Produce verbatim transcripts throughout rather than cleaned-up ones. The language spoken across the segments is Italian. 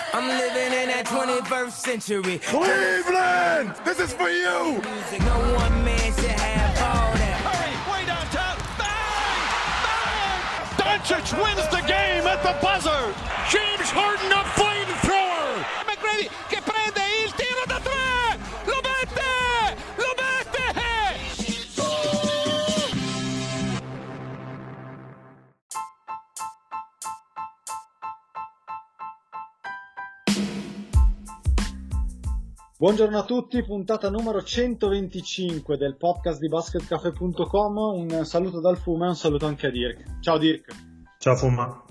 I'm living in that twenty-first century. Cleveland, this is for you. No one man should have all that. Hurry, way downtown. Bang! Bang! Doncic wins the game at the buzzer. James Harden, a flamethrower. McGrady che prende il tiro da tre. Lo mette! Lo mette! Buongiorno a tutti, puntata numero centoventicinque del podcast di basketcafe punto com. Un saluto dal Fuma e un saluto anche a Dirk. Ciao Dirk. Ciao Fuma.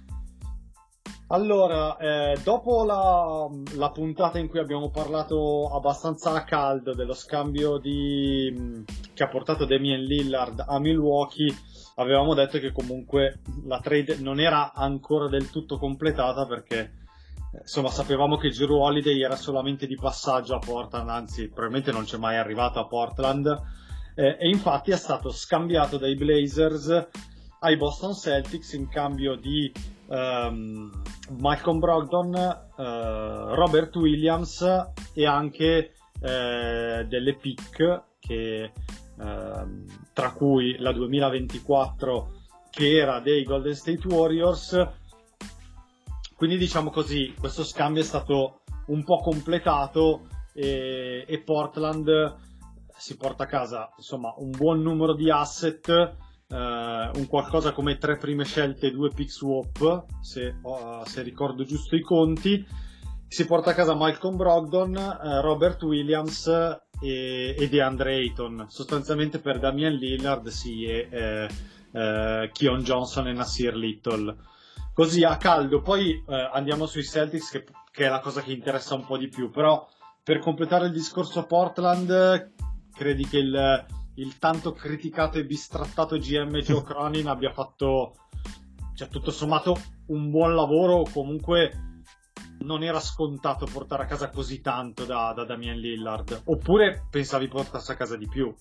Allora, eh, dopo la, la puntata in cui abbiamo parlato abbastanza a caldo dello scambio di, che ha portato Damian Lillard a Milwaukee, avevamo detto che comunque la trade non era ancora del tutto completata perché insomma sapevamo che Jrue Holiday era solamente di passaggio a Portland, anzi probabilmente non c'è mai arrivato a Portland, eh, e infatti è stato scambiato dai Blazers ai Boston Celtics in cambio di um, Malcolm Brogdon, uh, Robert Williams e anche uh, delle pick che, uh, tra cui la duemilaventiquattro che era dei Golden State Warriors. Quindi diciamo così, questo scambio è stato un po' completato e, e Portland si porta a casa insomma un buon numero di asset, eh, un qualcosa come tre prime scelte e due pick swap, se, oh, se ricordo giusto i conti. Si porta a casa Malcolm Brogdon, eh, Robert Williams e, e DeAndre Ayton, sostanzialmente per Damian Lillard sì, e eh, eh, Keon Johnson e Nasir Little. Così a caldo, poi eh, andiamo sui Celtics che, che è la cosa che interessa un po' di più, però per completare il discorso Portland, credi che il, il tanto criticato e bistrattato G M Joe Cronin abbia fatto, cioè tutto sommato, un buon lavoro, o comunque non era scontato portare a casa così tanto da, da Damian Lillard, oppure pensavi portarsi a casa di più?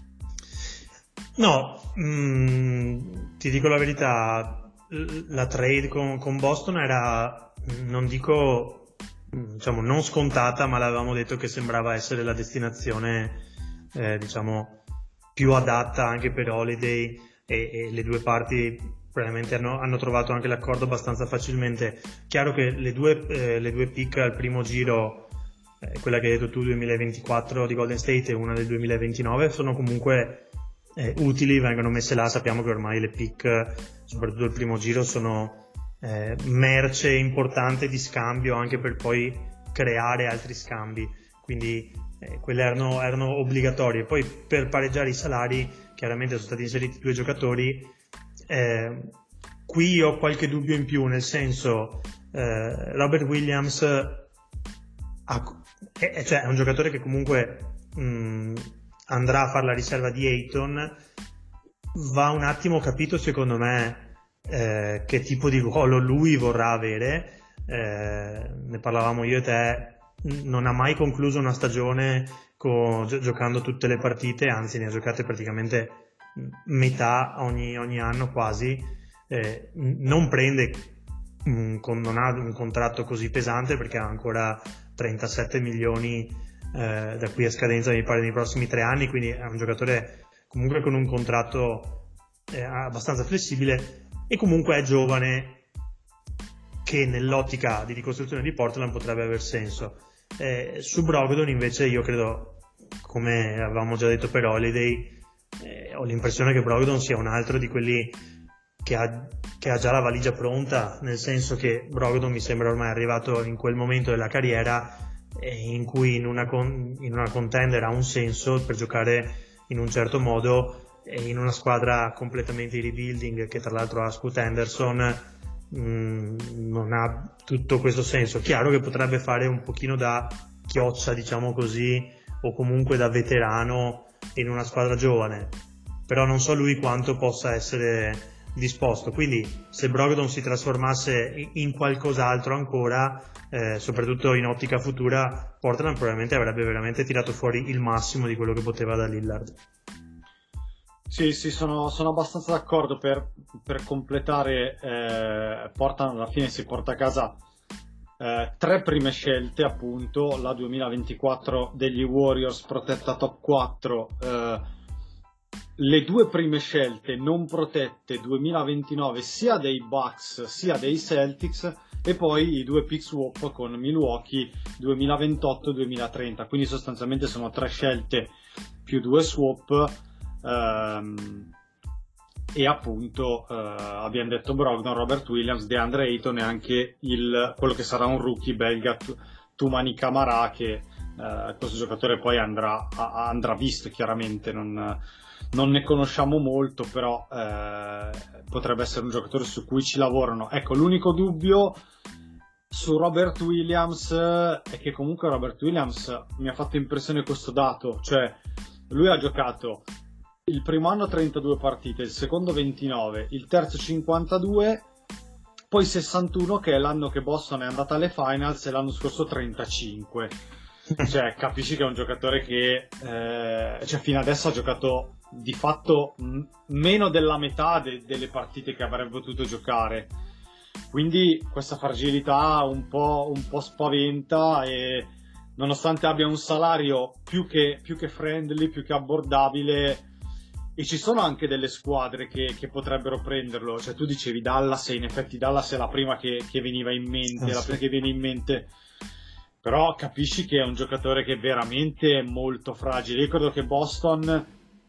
No, mh, ti dico la verità. La trade con, con Boston era, non dico, diciamo, non scontata, ma l'avevamo detto che sembrava essere la destinazione, eh, diciamo, più adatta anche per Holiday e, e le due parti probabilmente hanno, hanno trovato anche l'accordo abbastanza facilmente. Chiaro che le due, eh, le due pick al primo giro, eh, quella che hai detto tu, duemilaventiquattro di Golden State e una del duemilaventinove, sono comunque Eh, utili, vengono messe là. Sappiamo che ormai le pick, soprattutto il primo giro, sono eh, merce importante di scambio anche per poi creare altri scambi, quindi eh, quelle erano, erano obbligatorie. Poi per pareggiare i salari chiaramente sono stati inseriti due giocatori. Eh, qui ho qualche dubbio in più, nel senso eh, Robert Williams ha, è, cioè, è un giocatore che comunque mh, andrà a fare la riserva di Ayton. Va un attimo capito secondo me eh, che tipo di ruolo lui vorrà avere. Eh, ne parlavamo io e te, non ha mai concluso una stagione con, gi- giocando tutte le partite, anzi ne ha giocate praticamente metà ogni, ogni anno quasi. Eh, non prende mh, con, non ha un contratto così pesante perché ha ancora trentasette milioni Eh, da qui a scadenza mi pare nei prossimi tre anni, quindi è un giocatore comunque con un contratto eh, abbastanza flessibile e comunque è giovane, che nell'ottica di ricostruzione di Portland potrebbe aver senso. Eh, su Brogdon invece io credo, come avevamo già detto per Holiday, eh, ho l'impressione che Brogdon sia un altro di quelli che ha, che ha già la valigia pronta, nel senso che Brogdon mi sembra ormai arrivato in quel momento della carriera in cui in una, con, in una contender ha un senso per giocare in un certo modo, e in una squadra completamente di rebuilding che tra l'altro ha Scoot Henderson mh, non ha tutto questo senso. Chiaro che potrebbe fare un pochino da chioccia, diciamo così, o comunque da veterano in una squadra giovane, però non so lui quanto possa essere disposto. Quindi se Brogdon si trasformasse in qualcos'altro ancora, eh, soprattutto in ottica futura, Portland probabilmente avrebbe veramente tirato fuori il massimo di quello che poteva da Lillard. Sì, sì, sono, sono abbastanza d'accordo. Per, per completare, eh, Portland alla fine si porta a casa eh, tre prime scelte, appunto, la duemilaventiquattro degli Warriors protetta top quattro, eh, le due prime scelte non protette duemilaventinove sia dei Bucks sia dei Celtics, e poi i due pick swap con Milwaukee duemilaventotto duemilatrenta, quindi sostanzialmente sono tre scelte più due swap, ehm, e appunto eh, abbiamo detto Brogdon, Robert Williams, DeAndre Ayton e anche il, quello che sarà un rookie belga, Toumani Camara, che eh, questo giocatore poi andrà, andrà visto chiaramente, non, non ne conosciamo molto, però eh, potrebbe essere un giocatore su cui ci lavorano. Ecco, l'unico dubbio su Robert Williams è che comunque Robert Williams mi ha fatto impressione questo dato, cioè lui ha giocato il primo anno trentadue partite, il secondo ventinove, il terzo cinquantadue, poi sessantuno, che è l'anno che Boston è andata alle finals, e l'anno scorso trentacinque. Cioè, capisci che è un giocatore che eh, cioè, fino adesso ha giocato di fatto m- meno della metà de- delle partite che avrebbe potuto giocare. Quindi questa fragilità un po', un po' spaventa, e nonostante abbia un salario più che, più che friendly, più che abbordabile, e ci sono anche delle squadre che, che potrebbero prenderlo. Cioè, tu dicevi Dallas, e in effetti Dallas è la prima che, che veniva in mente, ah, la sì. prima che viene in mente, però capisci che è un giocatore che è veramente molto fragile. Io credo che Boston,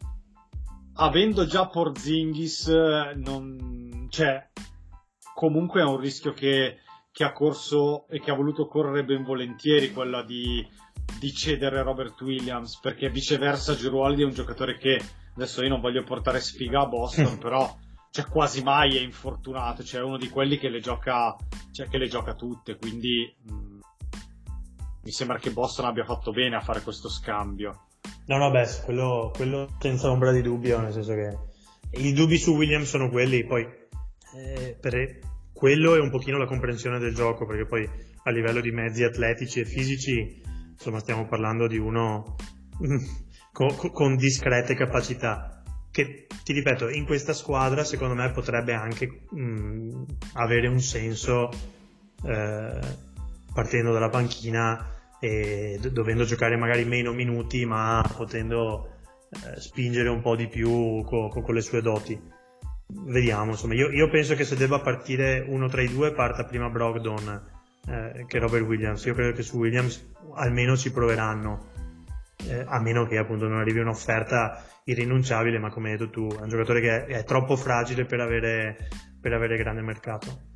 avendo già Porzingis, non, cioè, comunque è un rischio che, che ha corso e che ha voluto correre ben volentieri, quella di, di cedere Robert Williams, perché viceversa Jrue Holiday è un giocatore che, adesso io non voglio portare sfiga a Boston, però cioè, quasi mai è infortunato, cioè è uno di quelli che le gioca, cioè, che le gioca tutte, quindi mh, mi sembra che Boston abbia fatto bene a fare questo scambio. No, no, beh, quello, quello senza ombra di dubbio, nel senso che i dubbi su Williams sono quelli, poi eh, per quello è un pochino la comprensione del gioco, perché poi a livello di mezzi atletici e fisici, insomma, stiamo parlando di uno con, con discrete capacità, che, ti ripeto, in questa squadra secondo me potrebbe anche mh, avere un senso eh, partendo dalla panchina e do- dovendo giocare magari meno minuti, ma potendo eh, spingere un po' di più co- co- con le sue doti. Vediamo, insomma, io, io penso che se debba partire uno tra i due parta prima Brogdon eh, che Robert Williams. Io credo che su Williams almeno ci proveranno, eh, a meno che appunto non arrivi un'offerta irrinunciabile, ma come hai detto tu è un giocatore che è, è troppo fragile per avere, per avere grande mercato.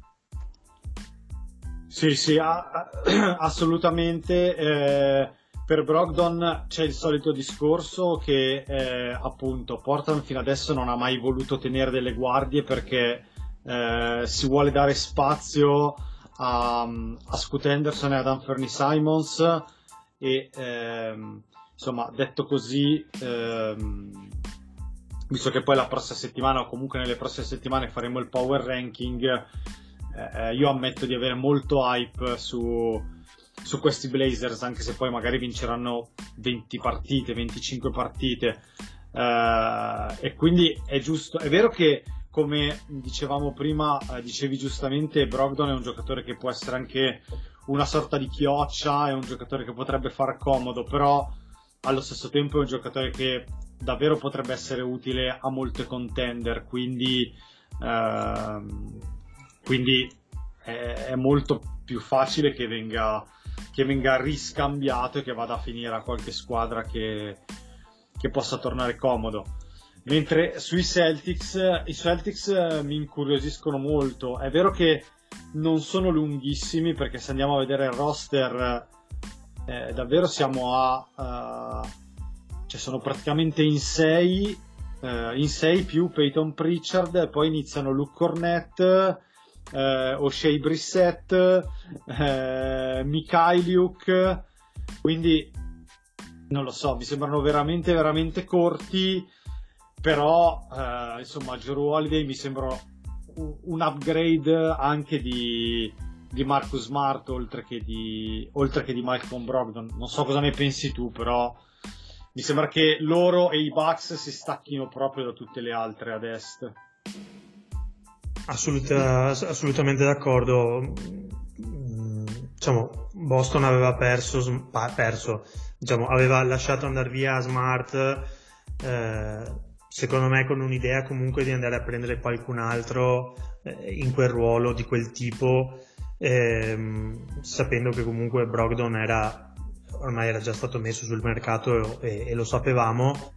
Sì, sì, a- a- assolutamente. Eh, per Brogdon c'è il solito discorso che eh, appunto Portland fino adesso non ha mai voluto tenere delle guardie, perché eh, si vuole dare spazio a, a Scoot Henderson e ad Anthony Simons, e ehm, insomma, detto così, ehm, visto che poi la prossima settimana, o comunque nelle prossime settimane, faremo il power ranking, eh, io ammetto di avere molto hype su, su questi Blazers, anche se poi magari vinceranno venti partite, venticinque partite, eh, e quindi è giusto, è vero che, come dicevamo prima, eh, dicevi giustamente, Brogdon è un giocatore che può essere anche una sorta di chioccia, è un giocatore che potrebbe far comodo, però allo stesso tempo è un giocatore che davvero potrebbe essere utile a molte contender, quindi ehm, quindi è, è molto più facile che venga che venga riscambiato e che vada a finire a qualche squadra che, che possa tornare comodo. Mentre sui Celtics, i Celtics mi incuriosiscono molto. È vero che non sono lunghissimi, perché se andiamo a vedere il roster, eh, davvero siamo a uh, cioè sono praticamente in sei, uh, in sei più Peyton Pritchard, e poi iniziano Luke Cornett, uh, O'Shea Brissett, uh, Mikhailiuk, quindi non lo so, mi sembrano veramente veramente corti, però uh, insomma Jrue Holiday mi sembra un upgrade anche di, di Marcus Smart, oltre che di oltre che di Malcolm Brogdon. Non so cosa ne pensi tu, però mi sembra che loro e i Bucks si stacchino proprio da tutte le altre ad est. Assoluta, assolutamente d'accordo. diciamo, Boston aveva perso, perso diciamo, aveva lasciato andare via Smart, eh, secondo me con un'idea comunque di andare a prendere qualcun altro eh, in quel ruolo di quel tipo, eh, sapendo che comunque Brogdon era ormai era già stato messo sul mercato e, e lo sapevamo.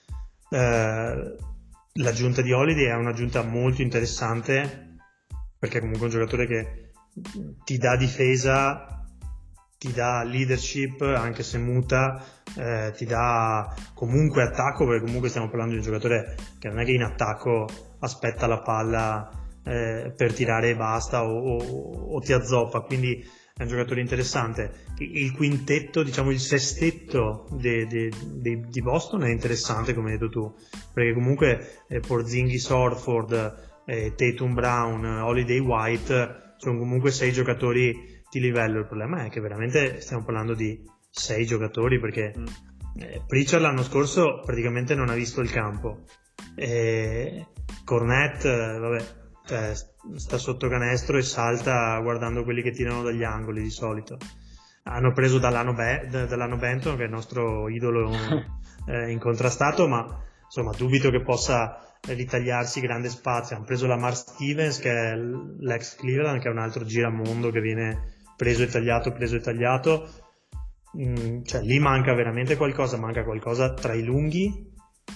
Eh, l'aggiunta di Holiday è un'aggiunta molto interessante, perché comunque è un giocatore che ti dà difesa, ti dà leadership anche se muta, eh, ti dà comunque attacco, perché comunque stiamo parlando di un giocatore che non è che in attacco aspetta la palla eh, per tirare e basta o, o, o ti azzoppa, quindi è un giocatore interessante. Il quintetto, diciamo il sestetto de, de, de, di Boston è interessante, come hai detto tu, perché comunque eh, Porzingis, Horford, eh, Tatum, Brown, Holiday, White sono comunque sei giocatori di livello. Il problema è che veramente stiamo parlando di sei giocatori, perché eh, Pritchard l'anno scorso praticamente non ha visto il campo, eh, Cornet eh, vabbè, cioè, sta sotto canestro e salta guardando quelli che tirano dagli angoli di solito. Hanno preso Dalano, Be- Dalano Benton, che è il nostro idolo eh, incontrastato, ma insomma dubito che possa ritagliarsi grande spazio. Hanno preso Lamar Stevens, che è l'ex Cleveland, che è un altro giramondo che viene preso e tagliato, preso e tagliato. Mm, cioè lì manca veramente qualcosa, manca qualcosa tra i lunghi,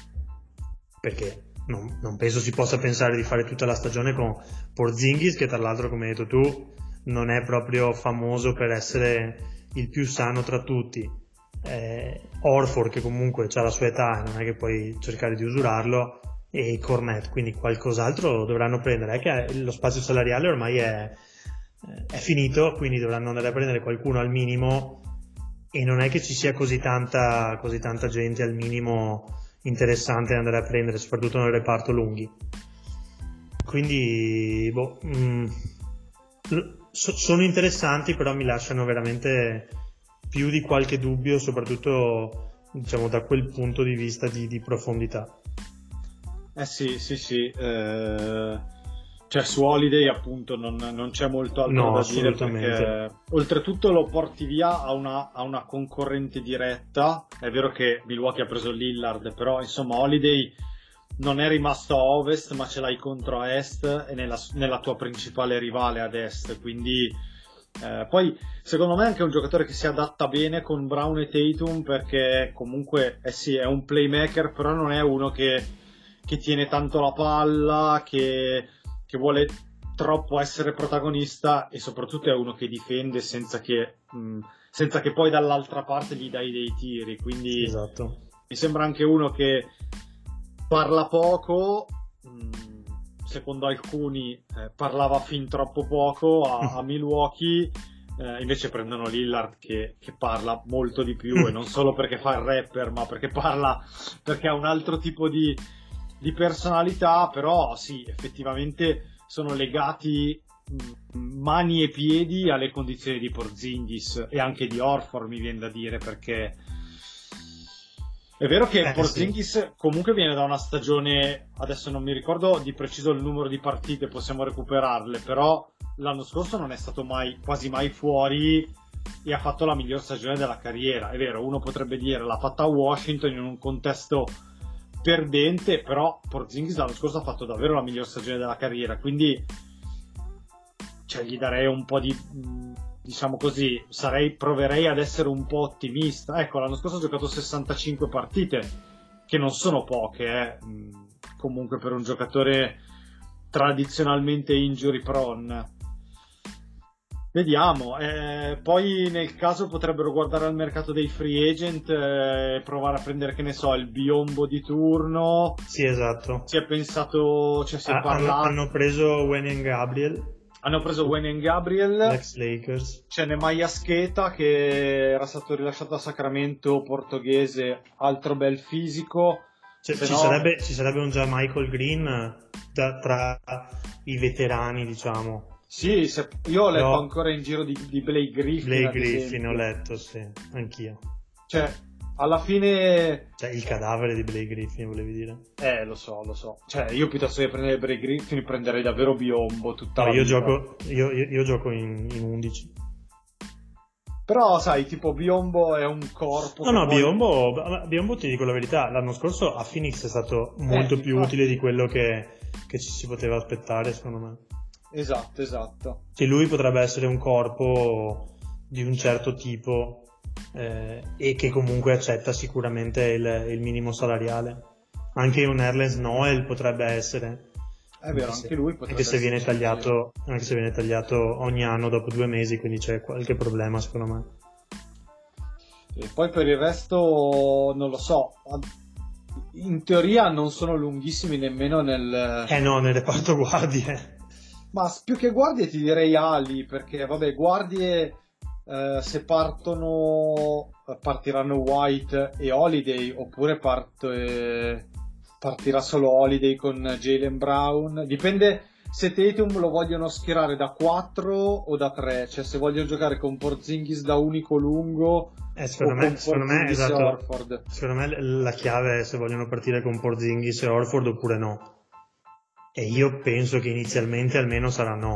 perché non, non penso si possa pensare di fare tutta la stagione con Porzingis, che tra l'altro, come hai detto tu, non è proprio famoso per essere il più sano tra tutti. eh, Horford, che comunque ha la sua età e non è che puoi cercare di usurarlo, e Cornet, quindi qualcos'altro dovranno prendere. È che lo spazio salariale ormai è, è finito, quindi dovranno andare a prendere qualcuno al minimo, e non è che ci sia così tanta, così tanta gente al minimo interessante da andare a prendere, soprattutto nel reparto lunghi. Quindi boh, mh, so, sono interessanti, però mi lasciano veramente più di qualche dubbio, soprattutto diciamo da quel punto di vista di, di profondità. Eh sì, sì, sì, eh, cioè su Holiday appunto non, non c'è molto altro no, da dire, perché oltretutto lo porti via a una, a una concorrente diretta. È vero che Milwaukee ha preso Lillard, però insomma Holiday non è rimasto a ovest, ma ce l'hai contro a est e nella, nella tua principale rivale ad est, quindi eh, poi secondo me è anche un giocatore che si adatta bene con Brown e Tatum, perché comunque eh sì, è un playmaker, però non è uno che che tiene tanto la palla, che, che vuole troppo essere protagonista, e soprattutto è uno che difende senza che, mh, senza che poi dall'altra parte gli dai dei tiri, quindi esatto. Mi sembra anche uno che parla poco, mh, secondo alcuni eh, parlava fin troppo poco a, a Milwaukee, eh, invece prendono Lillard che, che parla molto di più, e non solo perché fa il rapper, ma perché parla, perché ha un altro tipo di di personalità. Però sì, effettivamente sono legati mani e piedi alle condizioni di Porzingis e anche di Horford, mi viene da dire, perché è vero che eh, Porzingis sì. comunque viene da una stagione, adesso non mi ricordo di preciso il numero di partite, possiamo recuperarle, però l'anno scorso non è stato mai, quasi mai fuori, e ha fatto la miglior stagione della carriera. È vero, uno potrebbe dire l'ha fatta a Washington in un contesto perdente, però Porzingis l'anno scorso ha fatto davvero la miglior stagione della carriera, quindi cioè, gli darei un po' di, diciamo così, sarei, proverei ad essere un po' ottimista. Ecco, l'anno scorso ha giocato sessantacinque partite, che non sono poche, eh. Comunque per un giocatore tradizionalmente injury prone. Vediamo, eh, poi nel caso potrebbero guardare al mercato dei free agent e eh, provare a prendere, che ne so, il biombo di turno. Sì, esatto. Si è pensato, cioè si è ah, parlato. Hanno, hanno preso Wenyen Gabriel. Hanno preso Wenyen Gabriel. Ex Lakers. C'è Nemanja Scheta, che era stato rilasciato a Sacramento, portoghese, altro bel fisico. Cioè, ci, no... sarebbe, ci sarebbe un già Michael Green da, tra i veterani, diciamo. Sì, se, io ho letto no. ancora in giro di, di Blake Griffin. Blake Griffin ho letto, sì, anch'io. Cioè, alla fine... Cioè, il cadavere di Blake Griffin, volevi dire? Eh, lo so, lo so. Cioè, io piuttosto che prendere Blake Griffin prenderei davvero biombo tutta no, la io vita. Gioco, io, io, io gioco in, in undici. Però sai, tipo Biombo è un corpo... No, no, poi... Biombo, Biombo ti dico la verità, l'anno scorso a Phoenix è stato molto eh, più ah. utile di quello che, che ci si poteva aspettare, secondo me. Esatto, esatto. Che lui potrebbe essere un corpo di un certo tipo eh, e che comunque accetta sicuramente il, il minimo salariale. Anche un Nerlens Noel potrebbe essere... È vero, anche lui potrebbe anche se viene essere tagliato anche se viene tagliato ogni anno dopo due mesi, quindi c'è qualche problema secondo me. E poi per il resto non lo so, in teoria non sono lunghissimi nemmeno nel eh no nel reparto guardie, ma più che guardie ti direi ali, perché vabbè guardie eh, se partono partiranno White e Holiday, oppure parte partirà solo Holiday con Jaylen Brown, dipende se Tatum lo vogliono schierare da quattro o da tre, cioè se vogliono giocare con Porzingis da unico lungo eh, secondo, o me, secondo, me, esatto, Orford. Secondo me la chiave è se vogliono partire con Porzingis e Orford oppure no, e io penso che inizialmente almeno sarà no,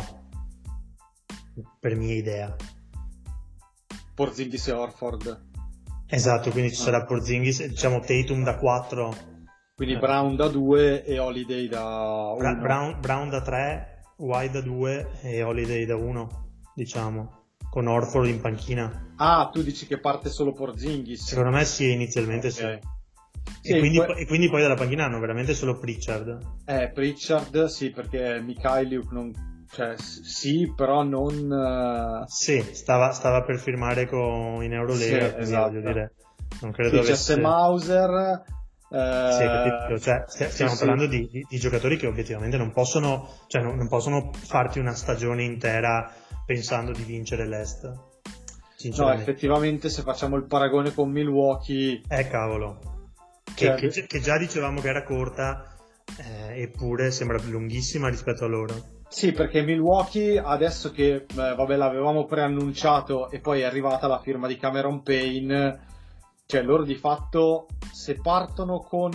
per mia idea. Porzingis e Orford, esatto, quindi ci sarà Porzingis, diciamo Tatum da quattro, quindi Brown da due e Holiday da uno. Brown, Brown da tre, White da due e Holiday da uno, diciamo, con Orford in panchina. Ah, tu dici che parte solo Porzingis? Secondo me sì, inizialmente okay. sì. E, sì quindi, poi... e quindi poi dalla panchina hanno veramente solo Pritchard. Eh, Pritchard sì, perché Mikhailiuk non... cioè sì, però non... Uh... Sì, stava, stava per firmare con, in Eurolega, sì, esatto. Voglio dire, non credo sì, avesse... c'è Mauser... Uh... Sì, capito? Cioè, st- stiamo sì, parlando sì. Di, di, di giocatori che obiettivamente non possono, cioè non, non possono farti una stagione intera pensando di vincere l'Est. No, effettivamente se facciamo il paragone con Milwaukee... Eh, cavolo. Che, cioè... che, che già dicevamo che era corta, eh, eppure sembra lunghissima rispetto a loro. Sì, perché Milwaukee adesso che, eh, vabbè, l'avevamo preannunciato e poi è arrivata la firma di Cameron Payne, cioè loro di fatto se partono con,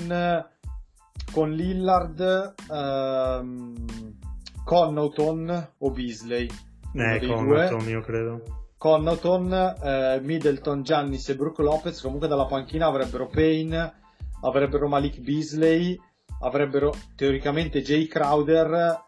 con Lillard, ehm, Connaughton o Beasley, eh, Connaughton io credo. Connaughton, eh, Middleton, Giannis e Brook Lopez comunque dalla panchina avrebbero Payne, avrebbero Malik Beasley, avrebbero teoricamente Jay Crowder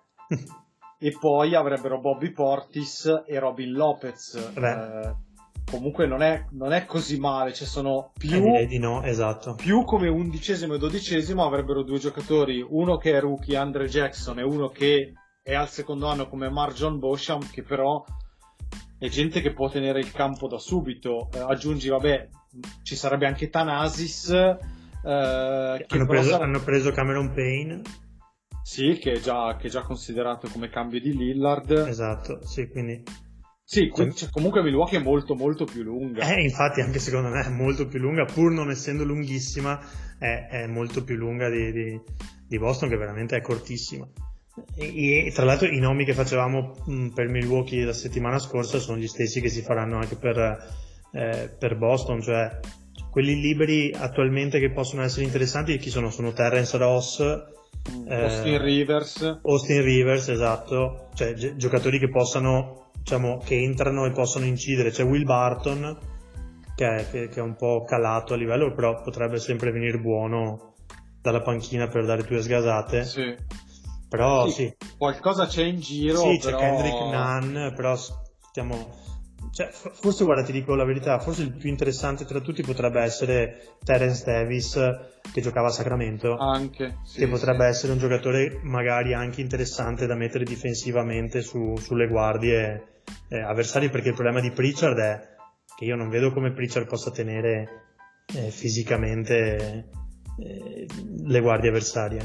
e poi avrebbero Bobby Portis e Robin Lopez. Eh, comunque non è, non è così male, cioè sono più, eh, direi di no, esatto. Più come undicesimo e dodicesimo avrebbero due giocatori, uno che è rookie, Andre Jackson, e uno che è al secondo anno come Marjon Beauchamp, che però è gente che può tenere il campo da subito. Eh, aggiungi, vabbè, ci sarebbe anche Thanasis, eh, che hanno, preso, sarà... hanno preso Cameron Payne. Sì, che è, già, che è già considerato come cambio di Lillard. Esatto, sì, quindi... Sì, cioè, comunque Milwaukee è molto molto più lunga. Eh, infatti anche secondo me è molto più lunga, pur non essendo lunghissima, è, è molto più lunga di, di, di Boston, che veramente è cortissima. E, e tra l'altro i nomi che facevamo mh, per Milwaukee la settimana scorsa sono gli stessi che si faranno anche per, eh, per Boston, cioè quelli liberi attualmente che possono essere interessanti, chi sono? Sono Terrence Ross, Austin eh, Rivers Austin Rivers, esatto, cioè gi- giocatori che possano, diciamo, che entrano e possono incidere. C'è Will Barton che è, che, che è un po' calato a livello, però potrebbe sempre venire buono dalla panchina per dare due sgasate. Sì. Però sì, sì, qualcosa c'è in giro. Sì, però... c'è Kendrick Nunn, però stiamo... Cioè, forse, guarda, ti dico la verità, forse il più interessante tra tutti potrebbe essere Terence Davis, che giocava a Sacramento, anche, sì, che potrebbe sì. essere un giocatore magari anche interessante da mettere difensivamente su, sulle guardie eh, avversari, perché il problema di Pritchard è che io non vedo come Pritchard possa tenere eh, fisicamente eh, le guardie avversarie.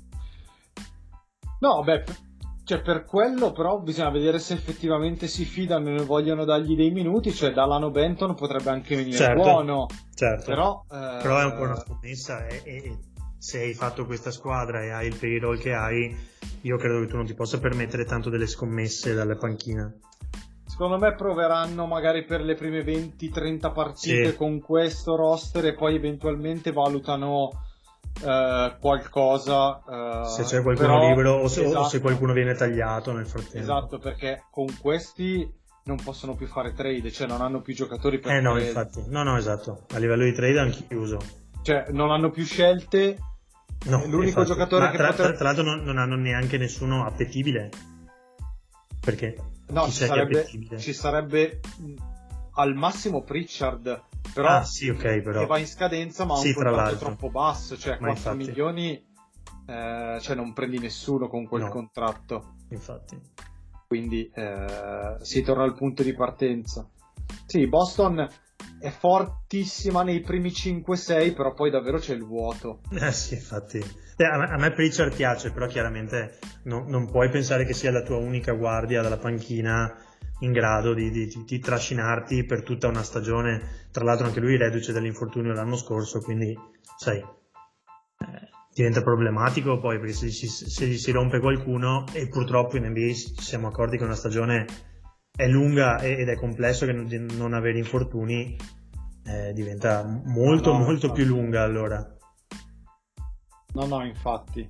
No, beh, cioè per quello però bisogna vedere se effettivamente si fidano e vogliono dargli dei minuti, cioè Dalano Benton potrebbe anche venire certo, buono, certo. Però, eh... però è un po' una scommessa e, e se hai fatto questa squadra e hai il payroll che hai, io credo che tu non ti possa permettere tanto delle scommesse dalle panchine. Secondo me proveranno magari per le prime venti trenta partite sì. con questo roster e poi eventualmente valutano Uh, qualcosa uh, se c'è qualcuno però, libero o se, esatto, o se qualcuno viene tagliato nel frattempo. Esatto, perché con questi non possono più fare trade, cioè non hanno più giocatori per eh no fare... infatti no no esatto, a livello di trade hanno chiuso, cioè non hanno più scelte. no, L'unico infatti. giocatore Ma che tra, potrebbe... tra, tra l'altro non, non hanno neanche nessuno appetibile, perché no, chi ci c'è sarebbe, che è appetibile? ci sarebbe mh, al massimo Pritchard, però, ah sì ok però che va in scadenza ma ha sì, un tra contratto l'altro. troppo basso, cioè Ma quattro infatti. milioni, eh, cioè non prendi nessuno con quel No. contratto, infatti quindi eh, si torna al punto di partenza. Sì, Boston è fortissima nei primi cinque sei, però poi davvero c'è il vuoto. eh sì infatti eh, a, me, a me Pritchard piace, però chiaramente no, non puoi pensare che sia la tua unica guardia dalla panchina in grado di, di, di, di trascinarti per tutta una stagione. Tra l'altro anche lui reduce dall'infortunio l'anno scorso, quindi sai, eh, diventa problematico poi, perché se, se, se gli si rompe qualcuno, e purtroppo in N B A ci siamo accorti che una stagione è lunga ed è complesso che non, non avere infortuni, eh, diventa molto No, no, molto infatti. più lunga allora. No, no, infatti.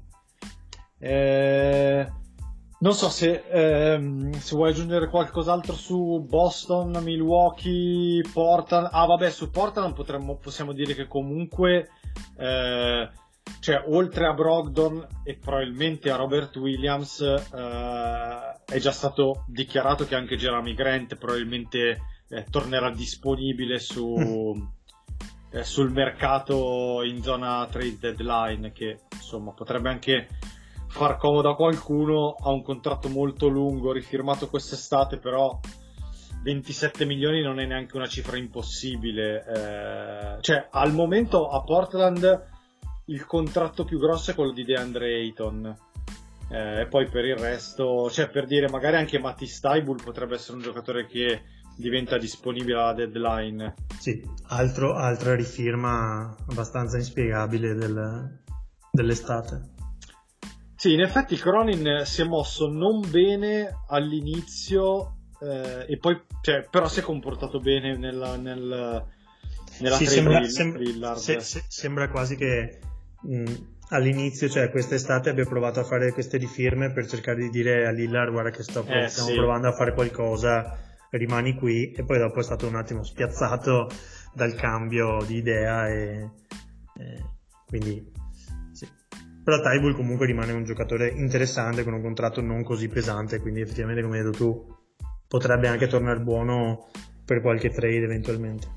Eh, non so se, ehm, se vuoi aggiungere qualcos'altro su Boston, Milwaukee, Portland. Ah, vabbè, su Portland potremmo, possiamo dire che comunque, eh, cioè, oltre a Brogdon e probabilmente a Robert Williams, eh, è già stato dichiarato che anche Jeremy Grant probabilmente eh, tornerà disponibile su, eh, sul mercato in zona trade deadline, che insomma potrebbe anche far comodo a qualcuno. Ha un contratto molto lungo, rifirmato quest'estate, però ventisette milioni non è neanche una cifra impossibile. Eh, cioè, al momento a Portland il contratto più grosso è quello di DeAndre Ayton, eh, e poi per il resto, cioè, per dire, magari anche Matisse Thybulle potrebbe essere un giocatore che diventa disponibile alla deadline. Sì, altro, altra rifirma abbastanza inspiegabile del, dell'estate. Sì, in effetti Cronin si è mosso non bene all'inizio, eh, e poi, cioè, però si è comportato bene nella, nel, nella Sì, trade sembra, di sembra, Lillard. se, se, sembra quasi che mh, all'inizio, cioè quest'estate, abbia provato a fare queste rifirme per cercare di dire a Lillard: guarda che sto, Eh, stiamo sì. provando a fare qualcosa, rimani qui. E poi dopo è stato un attimo spiazzato dal cambio di idea, e, e quindi sì. Però Thybulle comunque rimane un giocatore interessante con un contratto non così pesante, quindi effettivamente, come hai detto tu, potrebbe anche tornare buono per qualche trade eventualmente.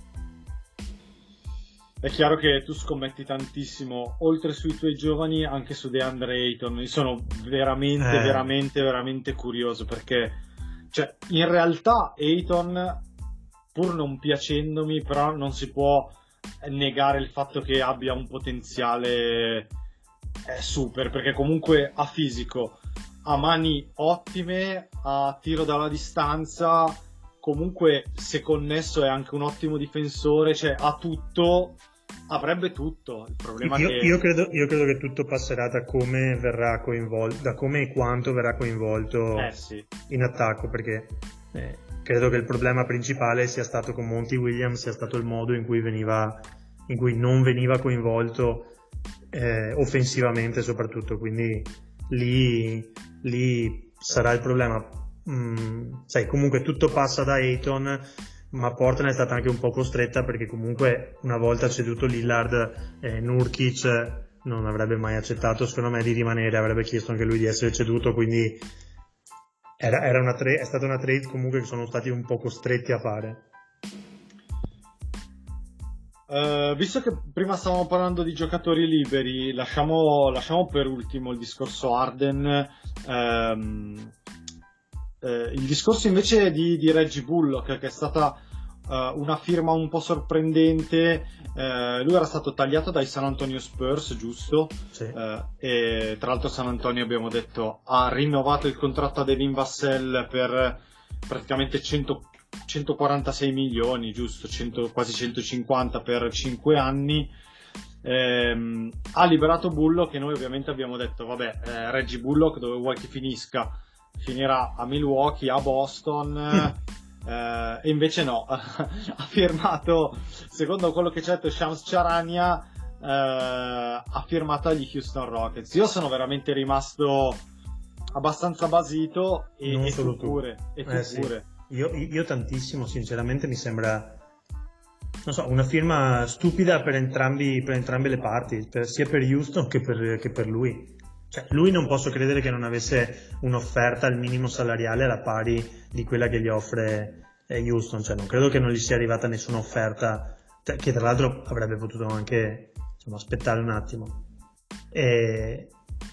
È chiaro che tu scommetti tantissimo, oltre sui tuoi giovani, anche su DeAndre Ayton. Io sono veramente, Eh. veramente, veramente curioso, perché, cioè, in realtà Ayton, pur non piacendomi, però non si può negare il fatto che abbia un potenziale eh, super, perché comunque ha fisico, ha mani ottime, ha tiro dalla distanza, comunque se connesso è anche un ottimo difensore, cioè ha tutto, avrebbe tutto. Il problema Io, è che io, credo, io credo che tutto passerà da come verrà coinvolto, da come e quanto verrà coinvolto eh sì, in attacco, perché eh, credo che il problema principale sia stato con Monty Williams, sia stato il modo in cui veniva, in cui non veniva coinvolto eh, offensivamente soprattutto, quindi lì, lì sarà il problema. Mm, sai, comunque tutto passa da Ayton, ma Portland è stata anche un po' costretta, perché comunque una volta ceduto Lillard, eh, Nurkic non avrebbe mai accettato, secondo me, di rimanere, avrebbe chiesto anche lui di essere ceduto, quindi era, era una tra- è stata una trade comunque che sono stati un po' costretti a fare. Uh, visto che prima stavamo parlando di giocatori liberi, lasciamo, lasciamo per ultimo il discorso Harden. Um, uh, il discorso invece di, di Reggie Bullock, che è stata uh, una firma un po' sorprendente. Uh, lui era stato tagliato dai San Antonio Spurs, giusto? Sì. Uh, e tra l'altro San Antonio, abbiamo detto, ha rinnovato il contratto a Devin Vassell per praticamente cento centoquarantasei milioni, giusto? cento, quasi centocinquanta per cinque anni. Ehm, ha liberato Bullock, e noi ovviamente abbiamo detto vabbè, eh, Reggie Bullock dove vuoi che finisca? Finirà a Milwaukee, a Boston. eh, e invece no, ha firmato, secondo quello che c'è detto Shams Charania, eh, ha firmato agli Houston Rockets. Io sono veramente rimasto abbastanza basito, e, Non e solo tu tu. pure, e tu Eh, sì. pure. io, io tantissimo, sinceramente mi sembra, non so, una firma stupida per entrambi, per entrambe le parti, per, sia per Houston che per, che per lui. Cioè, lui non posso credere che non avesse un'offerta al minimo salariale alla pari di quella che gli offre eh, Houston. Cioè, non credo che non gli sia arrivata nessuna offerta, che tra l'altro avrebbe potuto anche, insomma, aspettare un attimo. E...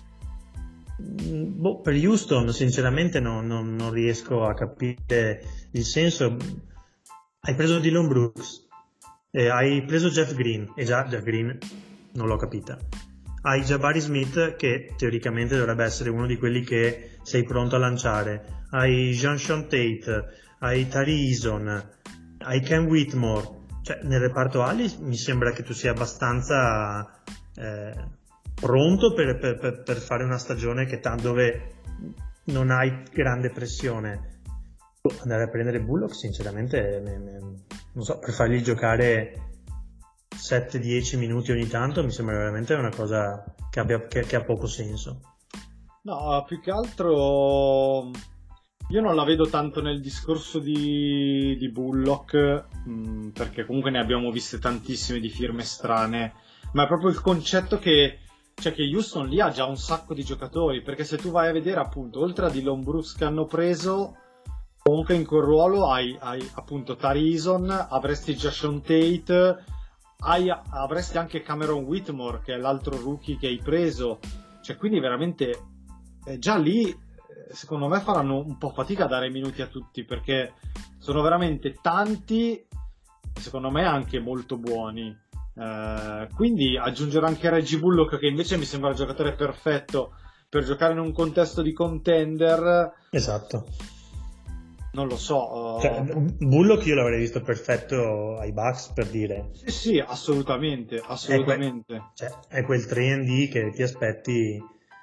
Boh, per Houston sinceramente no, no, non riesco a capire il senso. Hai preso Dillon Brooks, eh, hai preso Jeff Green, e già Jeff Green non l'ho capita. Hai Jabari Smith, che teoricamente dovrebbe essere uno di quelli che sei pronto a lanciare. Hai Jean-Sean Tate, hai Tari Eason, hai Ken Whitmore. Cioè, nel reparto ali mi sembra che tu sia abbastanza eh, pronto per, per, per fare una stagione che t- dove non hai grande pressione. Andare a prendere Bullock, sinceramente, me, me, non so, per fargli giocare sette dieci minuti ogni tanto mi sembra veramente una cosa che, abbia, che, che ha poco senso. No, più che altro io non la vedo tanto nel discorso di, di Bullock, mh, perché comunque ne abbiamo viste tantissime di firme strane, ma è proprio il concetto che, cioè, che Houston lì ha già un sacco di giocatori, perché se tu vai a vedere, appunto, oltre a Dillon Brooks che hanno preso, comunque in quel ruolo hai, hai appunto Tari Eason, avresti Jason Tate, hai, avresti anche Cameron Whitmore, che è l'altro rookie che hai preso. Cioè, quindi veramente eh, già lì eh, secondo me faranno un po' fatica a dare minuti a tutti, perché sono veramente tanti e secondo me anche molto buoni. Eh, quindi aggiungere anche Reggie Bullock, che invece mi sembra il giocatore perfetto per giocare in un contesto di contender. Esatto. Non lo so. Cioè, Bullock io l'avrei visto perfetto ai Bucks, per dire. Sì, sì, assolutamente, assolutamente. È, que- cioè, è quel tre and D che ti aspetti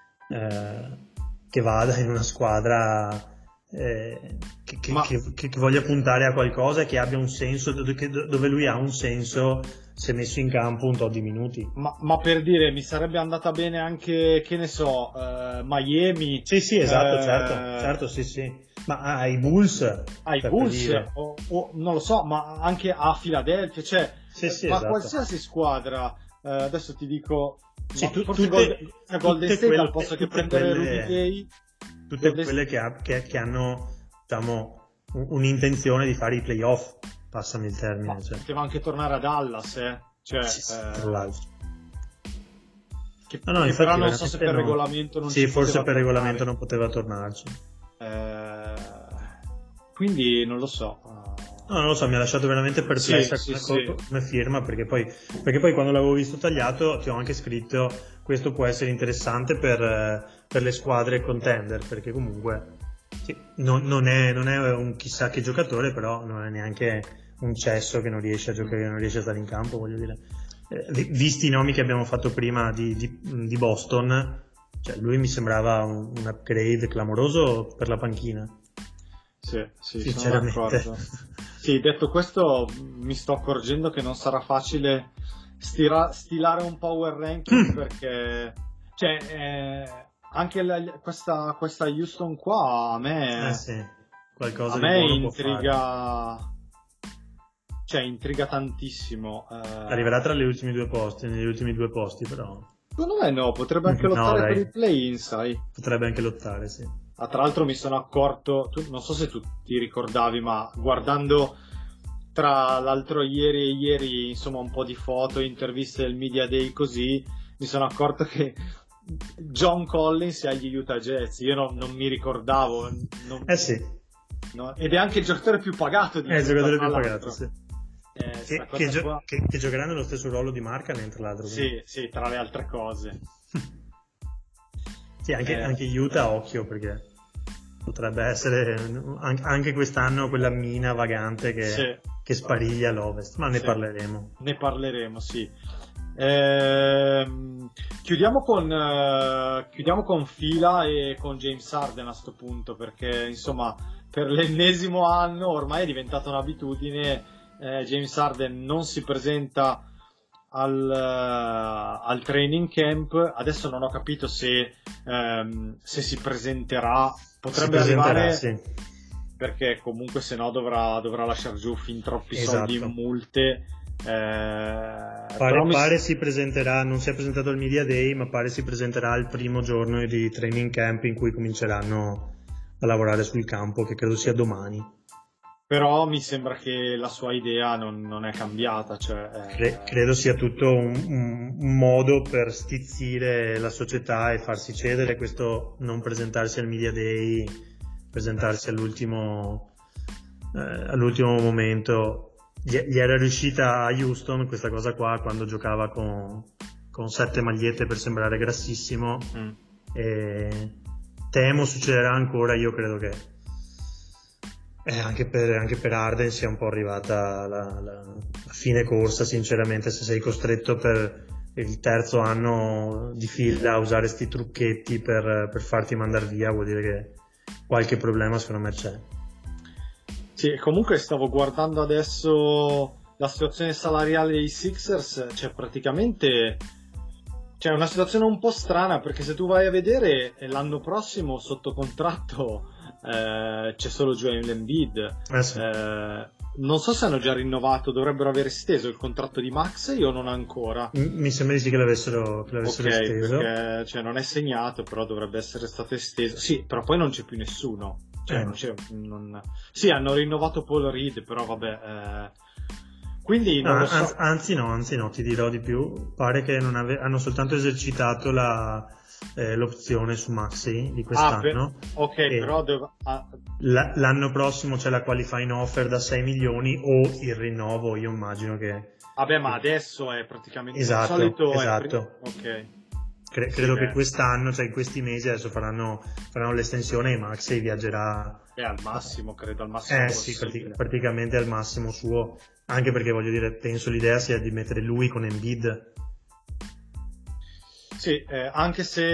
eh, che vada in una squadra eh, che, che, Ma... che, che, che voglia puntare a qualcosa e che abbia un senso, dove, che, dove lui ha un senso se messo in campo un tot di minuti. Ma, ma per dire, mi sarebbe andata bene anche, che ne so, uh, Miami. Sì, sì, esatto, eh... certo, certo, sì, sì. Ma ai Bulls, ai cioè, Bulls o, o non lo so, ma anche a Philadelphia, cioè sì, sì, ma esatto. Qualsiasi squadra, eh, adesso ti dico, sì, tu, forse tutte, Golden, tutte Golden State quelle, al posto che prendere quelle, Rudy Gay, tutte Golden quelle che, ha, che, che hanno, diciamo, un'intenzione di fare i playoff, passami il termine, cioè. Poteva anche tornare a Dallas, eh. Cioè, sì, sì, eh, tra l'altro. Che, no, no, che infatti, però non so se per no. regolamento non sì, ci forse per tornare. regolamento non poteva tornarci. Eh, quindi non lo so. No, non lo so, mi ha lasciato veramente perplessa sì, come, sì, come firma, perché poi, perché poi quando l'avevo visto tagliato ti ho anche scritto questo può essere interessante per, per le squadre contender, perché comunque sì, non, non, è, non è un chissà che giocatore, però non è neanche un cesso che non riesce a giocare, che non riesce a stare in campo, voglio dire. Eh, visti i nomi che abbiamo fatto prima di, di, di Boston, cioè lui mi sembrava un, un upgrade clamoroso per la panchina. Sì, sì, sono d'accordo. Sì, detto questo, mi sto accorgendo che non sarà facile stira- stilare un power ranking mm. perché, cioè, eh, anche la, questa, questa Houston qua a me, eh sì, qualcosa a di me buono intriga, cioè intriga tantissimo. Eh... Arriverà tra gli ultimi due posti, negli ultimi due posti, però. Secondo me no, potrebbe anche lottare no, per i play-in, sai? Potrebbe anche lottare, sì. Ah, tra l'altro mi sono accorto, tu, non so se tu ti ricordavi, ma guardando tra l'altro ieri e ieri, insomma, un po' di foto, interviste del Media Day così, mi sono accorto che John Collins è agli Utah Jazz. Io no, non mi ricordavo. Non, eh sì. No, ed è anche il giocatore più pagato di È il giocatore più pagato, sì. Eh, che, che, gio- qua... che, che giocherà nello stesso ruolo di Markkanen, tra l'altro. Sì, quindi. Sì, tra le altre cose. Sì, anche, eh. anche Utah, occhio, perché potrebbe essere anche quest'anno quella mina vagante che, sì. che spariglia all'Ovest, ma ne sì. parleremo. Ne parleremo, sì. Ehm, chiudiamo con uh, chiudiamo con Fila e con James Harden a sto punto, perché insomma per l'ennesimo anno ormai è diventata un'abitudine. eh, James Harden non si presenta Al, uh, al training camp. Adesso non ho capito se, um, se si presenterà, potrebbe si presenterà, arrivare sì. perché comunque se no dovrà, dovrà lasciare giù fin troppi Esatto. soldi in multe. Eh, Pare, però mi- pare si presenterà, non si è presentato al Media Day, ma pare si presenterà il primo giorno di training camp in cui cominceranno a lavorare sul campo, che credo sia domani. però mi sembra che la sua idea non, non è cambiata, cioè, eh, Cre- credo sia tutto un, un- un modo per stizzire la società e farsi cedere, questo non presentarsi al Media Day, presentarsi all'ultimo, eh, all'ultimo momento. Gli, gli era riuscita a Houston questa cosa qua quando giocava con, con sette magliette per sembrare grassissimo, mm. e temo succederà ancora. Io credo che eh, anche, per, anche per Harden sia un po' arrivata la, la, la fine corsa, sinceramente. Se sei costretto per il terzo anno di fila a usare sti trucchetti per, per farti mandare via, vuol dire che qualche problema secondo me c'è. Sì, comunque stavo guardando adesso la situazione salariale dei Sixers, cioè praticamente c'è una situazione un po' strana, perché se tu vai a vedere l'anno prossimo sotto contratto eh, c'è solo Joel Embiid. Eh sì. Eh, non so se hanno già rinnovato, dovrebbero aver esteso il contratto di Maxey o non ancora. M- mi sembra di sì che l'avessero, che l'avessero Ok, esteso. perché cioè, non è segnato, però dovrebbe essere stato esteso. Sì, però poi non c'è più nessuno. Cioè, Eh. non c'è, non... Sì, hanno rinnovato Paul Reed, però vabbè. Eh... Quindi non Ah, lo so. anzi, anzi no, anzi no, ti dirò di più. Pare che non ave- hanno soltanto esercitato la, eh, l'opzione su Maxey di Ah, quest'anno. per- ok, E però dov- ah, la- l'anno prossimo c'è la qualifying offer da sei milioni o il rinnovo, io immagino che... vabbè, ma adesso è praticamente Esatto, il solito. è esatto. pri- ok. Cre- Sì, credo beh. che quest'anno, cioè in questi mesi adesso faranno, faranno l'estensione e Maxey viaggerà... È al massimo, credo, al massimo Eh sì, possibile. prati- praticamente al massimo suo, anche perché voglio dire, penso l'idea sia di mettere lui con Embiid Sì, eh, anche se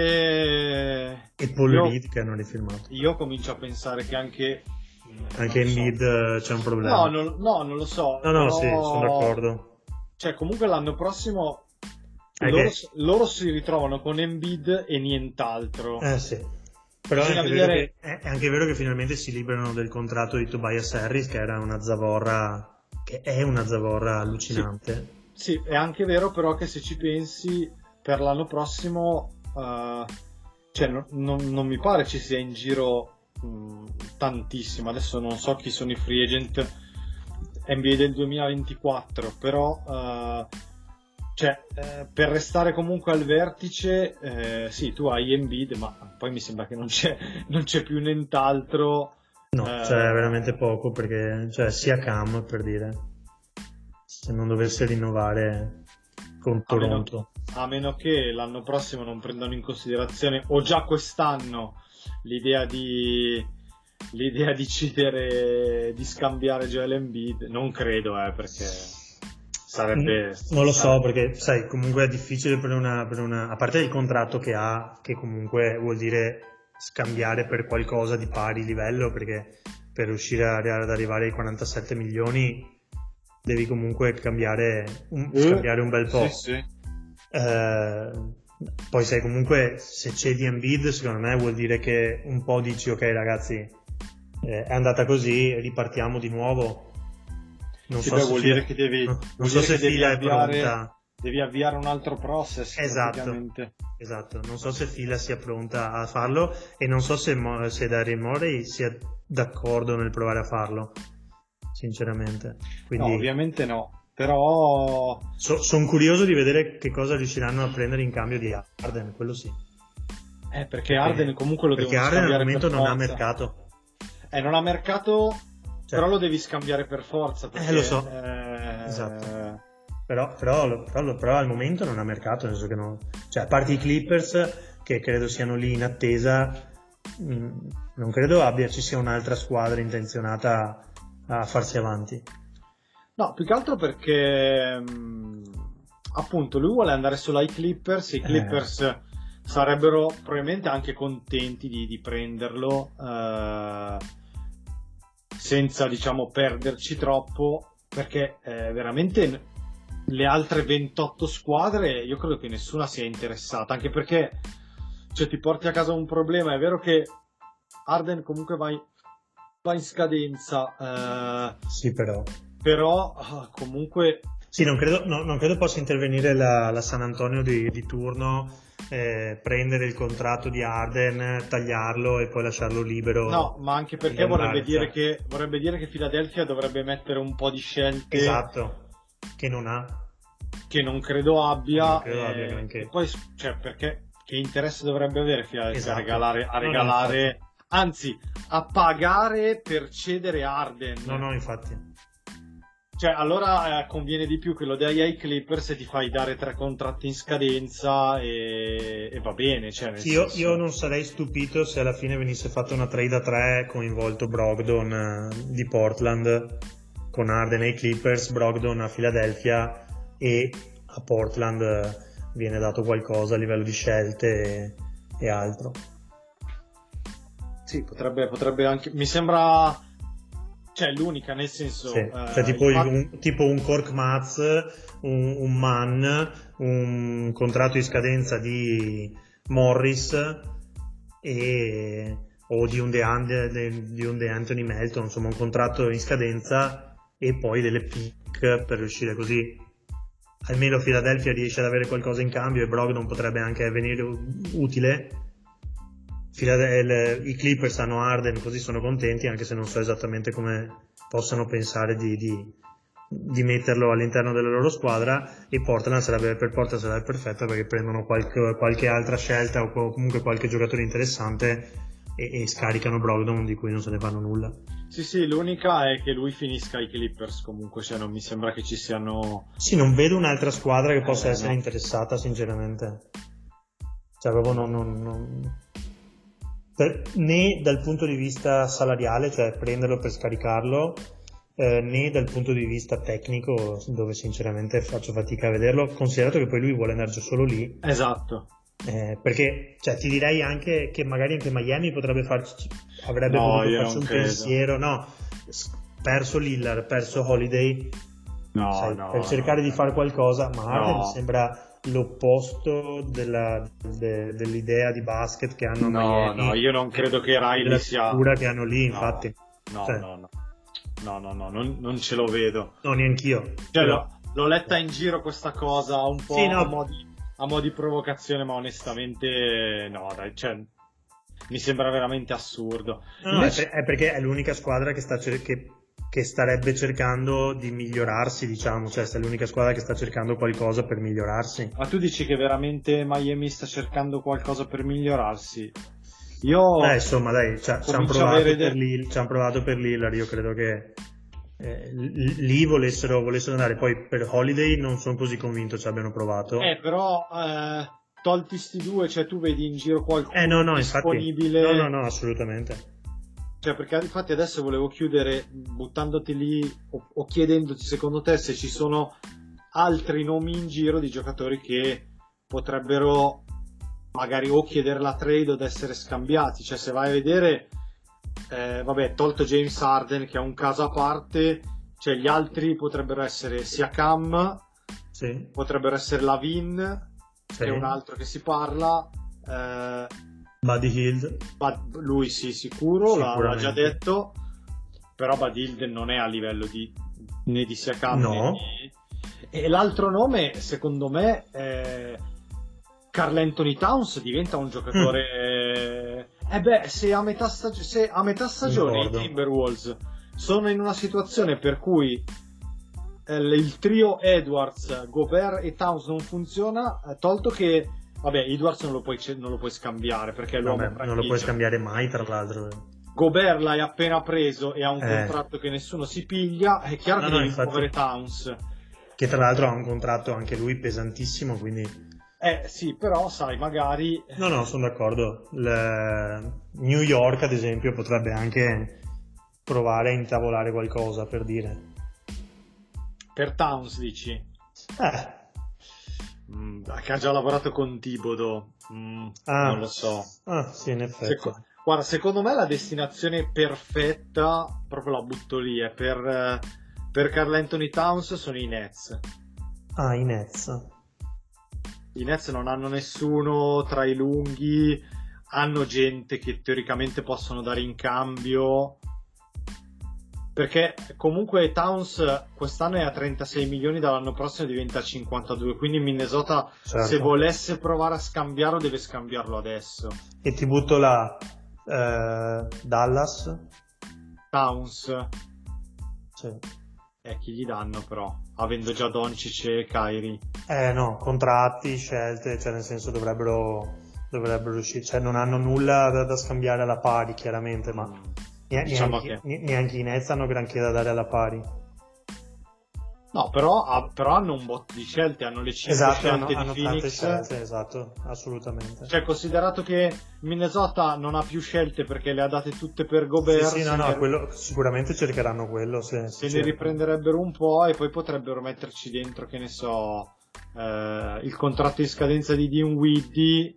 e Paul io, Reed che hanno rifirmato. io comincio a pensare che anche Anche non so. Embiid eh, c'è un problema. No, non, no, non lo so. no, no, però- sì, sono d'accordo. Cioè, comunque l'anno prossimo È loro, che- loro si ritrovano con Embiid e nient'altro. Eh sì. Però è Bisogna anche, vero vedere- che, è, è anche vero che finalmente si liberano del contratto di Tobias Harris, che era una zavorra, che è una zavorra allucinante. Sì, è anche vero però che se ci pensi per l'anno prossimo, eh, cioè no- non, non mi pare ci sia in giro mh, tantissimo. Adesso non so chi sono i free agent N B A del duemilaventiquattro, però eh, cioè, eh, per restare comunque al vertice, eh, sì, tu hai Embiid, ma poi mi sembra che non c'è, non c'è più nient'altro. No, Eh, c'è veramente poco, perché cioè, sia Cam, per dire, se non dovesse rinnovare con A meno, Toronto. a meno che l'anno prossimo non prendano in considerazione, o già quest'anno, l'idea di l'idea di cedere, di scambiare Joel Embiid. Non credo, eh, perché sarebbe... Non lo so, perché sai, comunque è difficile per una, per una... a parte il contratto che ha, che comunque vuol dire scambiare per qualcosa di pari livello, perché per riuscire a- ad arrivare ai quarantasette milioni devi comunque cambiare un, Eh, scambiare un bel po'. Sì, sì. Eh, poi sai, comunque se cedi Embiid, secondo me vuol dire che un po' dici ok ragazzi, eh, è andata così, ripartiamo di nuovo. Non Sì, so beh, se vuol Fila- dire che devi, non vuol so dire se che devi Fila è avviare, pronta. devi avviare un altro process. Esatto. praticamente. Esatto, non so se Fila sia pronta a farlo e non so se, Mo- se Daryl Morey sia d'accordo nel provare a farlo, sinceramente. Quindi No, ovviamente no, però sono curioso di vedere che cosa riusciranno a prendere in cambio di Harden, quello sì. eh, perché Harden comunque lo Perché devono Harden al scambiare momento per non ha forza. mercato. Eh, non ha mercato, Cioè, però lo devi scambiare per forza. Perché, lo so. eh, Esatto. Però, però, però, però al momento non ha mercato, nel senso che non, cioè, a parte i Clippers che credo siano lì in attesa, mh, non credo abbia ci sia un'altra squadra intenzionata a farsi avanti. No, più che altro perché mh, appunto lui vuole andare solo ai Clippers e i Eh. Clippers sarebbero probabilmente anche contenti di, di prenderlo eh, senza, diciamo, perderci troppo, perché eh, veramente le altre ventotto squadre io credo che nessuna sia interessata, anche perché cioè, ti porti a casa un problema. È vero che Harden comunque va in, va in scadenza, eh, Sì, però. però ah, comunque Sì, non credo, no, non credo possa intervenire la, la San Antonio di, di turno, eh, prendere il contratto di Harden, tagliarlo e poi lasciarlo libero. no, ma anche perché in vorrebbe marcia. dire che vorrebbe dire che Philadelphia dovrebbe mettere un po' di scelte Esatto, che non ha. che non credo abbia, Non credo eh, abbia granché. e poi cioè perché che interesse dovrebbe avere Philadelphia Esatto. a regalare, a No, no, regalare anzi a pagare per cedere Harden. No, no, infatti. Cioè, allora eh, conviene di più che lo dai ai Clippers e ti fai dare tre contratti in scadenza e, e va bene. Cioè, nel Sì, io, senso... io non sarei stupito se alla fine venisse fatta una trade a tre coinvolto Brogdon eh, di Portland con Harden ai Clippers, Brogdon a Philadelphia e a Portland eh, viene dato qualcosa a livello di scelte e, e altro. Sì, potrebbe, potrebbe anche... Mi sembra... Cioè, l'unica, nel senso... Sì, eh, cioè tipo, il fatto- un, tipo un Cork Maz, un, un Mann, un contratto di scadenza di Morris e, o di un, De, di un De Anthony Melton, insomma un contratto in scadenza e poi delle pick per riuscire così. Almeno Philadelphia riesce ad avere qualcosa in cambio e Brogdon potrebbe anche venire utile. I Clippers hanno Harden, così sono contenti, anche se non so esattamente come possano pensare di, di, di metterlo all'interno della loro squadra, e Portland sarebbe, per Portland sarebbe perfetto perché prendono qualche, qualche altra scelta o comunque qualche giocatore interessante e, e scaricano Brogdon di cui non se ne fanno nulla. Sì, sì, l'unica è che lui finisca ai Clippers comunque, cioè non mi sembra che ci siano... Sì, non vedo un'altra squadra che possa Eh, essere no. interessata, sinceramente. Cioè, proprio non... non, non... Per, né dal punto di vista salariale, cioè prenderlo per scaricarlo, eh, né dal punto di vista tecnico, dove sinceramente faccio fatica a vederlo, considerato che poi lui vuole andare solo lì. Esatto. Eh, perché cioè, ti direi anche che magari anche Miami potrebbe farci, avrebbe No, potuto io farci non un credo. pensiero, no, s- perso Lillard, perso Holiday, No, sai, no. per cercare no. di fare qualcosa, ma Harden No. sembra l'opposto della, de- dell'idea di basket che hanno a No, Miami, no, io non credo che Riley della sia... struttura che hanno lì, No, infatti. No, Cioè, no, no. No, no, no, non, non ce lo vedo. no, neanch'io. Cioè, Però- l'ho, l'ho letta in giro questa cosa un po' Sì, no. a, mo' di, a mo' di provocazione, ma onestamente no, dai, cioè, mi sembra veramente assurdo. No, no, Invece- è, per- è perché è l'unica squadra che sta cer- che, che starebbe cercando di migliorarsi, diciamo, cioè è l'unica squadra che sta cercando qualcosa per migliorarsi. Ma tu dici che veramente Miami sta cercando qualcosa per migliorarsi? Io... Beh, insomma, dai, ci hanno comincio a provato, avere per de- Lil- ci han provato per Lillard, io credo che eh, l- lì volessero, volessero andare, poi per Holiday non sono così convinto ci abbiano provato. Eh, però, eh, tolti sti due, cioè tu vedi in giro qualcuno Eh, no, no, infatti, disponibile... no, no, no, assolutamente. Cioè, perché infatti adesso volevo chiudere buttandoti lì o, o chiedendoti secondo te se ci sono altri nomi in giro di giocatori che potrebbero magari o chiedere la trade o ad essere scambiati. Cioè, se vai a vedere, eh, vabbè, tolto James Harden che è un caso a parte, cioè gli altri potrebbero essere Siakam, Sì, potrebbero essere Lavin, sì. che è un altro che si parla, eh, Buddy Hield. Bud- lui sì, sicuro, l'ha, l'ha Sicuramente. già detto, però Bud Hield non è a livello di né di Siakam No. né di... E l'altro nome, secondo me, è Karl Anthony Towns, diventa un giocatore... Mm. Eh beh, se a metà, stag- se a metà stagione i Concordo. Timberwolves sono in una situazione per cui eh, il trio Edwards, Gobert e Towns non funziona, eh, tolto che vabbè, Edwards non lo puoi, non lo puoi scambiare perché è l'uomo Vabbè, non lo franchigia. puoi scambiare mai, tra l'altro. Gobert l'hai appena preso e ha un Eh. contratto che nessuno si piglia, è chiaro No, che no, devi infatti. muovere Towns. Che tra l'altro ha un contratto anche lui pesantissimo, quindi... Eh sì, però sai, magari No, no, sono d'accordo. Il New York, ad esempio, potrebbe anche provare a intavolare qualcosa, per dire. per Towns dici Eh, Mm, che ha già lavorato con Thibodeau. Mm, ah, non lo so. Ah, sì, in effetti. Seco- Guarda, secondo me la destinazione perfetta, proprio la butto lì, è per, eh, per Karl Anthony Towns sono i Nets. Ah, i Nets. I Nets non hanno nessuno tra i lunghi, hanno gente che teoricamente possono dare in cambio, Perché comunque Towns quest'anno è a trentasei milioni, dall'anno prossimo diventa a cinquantadue, quindi Minnesota, certo, se volesse provare a scambiarlo deve scambiarlo adesso. E ti butto là eh, Dallas. Towns, Sì. eh, chi gli danno però, avendo già Doncic e Kyrie? Eh no, contratti, scelte, cioè nel senso dovrebbero dovrebbero riuscire, cioè non hanno nulla da, da scambiare alla pari chiaramente, ma ne- Diciamo neanche, che- ne- neanche i Nets hanno granché da dare alla pari. No, però, ha- però hanno un botto di scelte, hanno le cinque Esatto, hanno, scelte hanno di tante Phoenix. scelte, esatto, assolutamente. Cioè, considerato che Minnesota non ha più scelte perché le ha date tutte per Gobert, Sì, sì, no, se, no, ne, quello, sicuramente cercheranno quello, se, se se ne riprenderebbero un po' e poi potrebbero metterci dentro, che ne so, eh, il contratto in scadenza di Dinwiddie,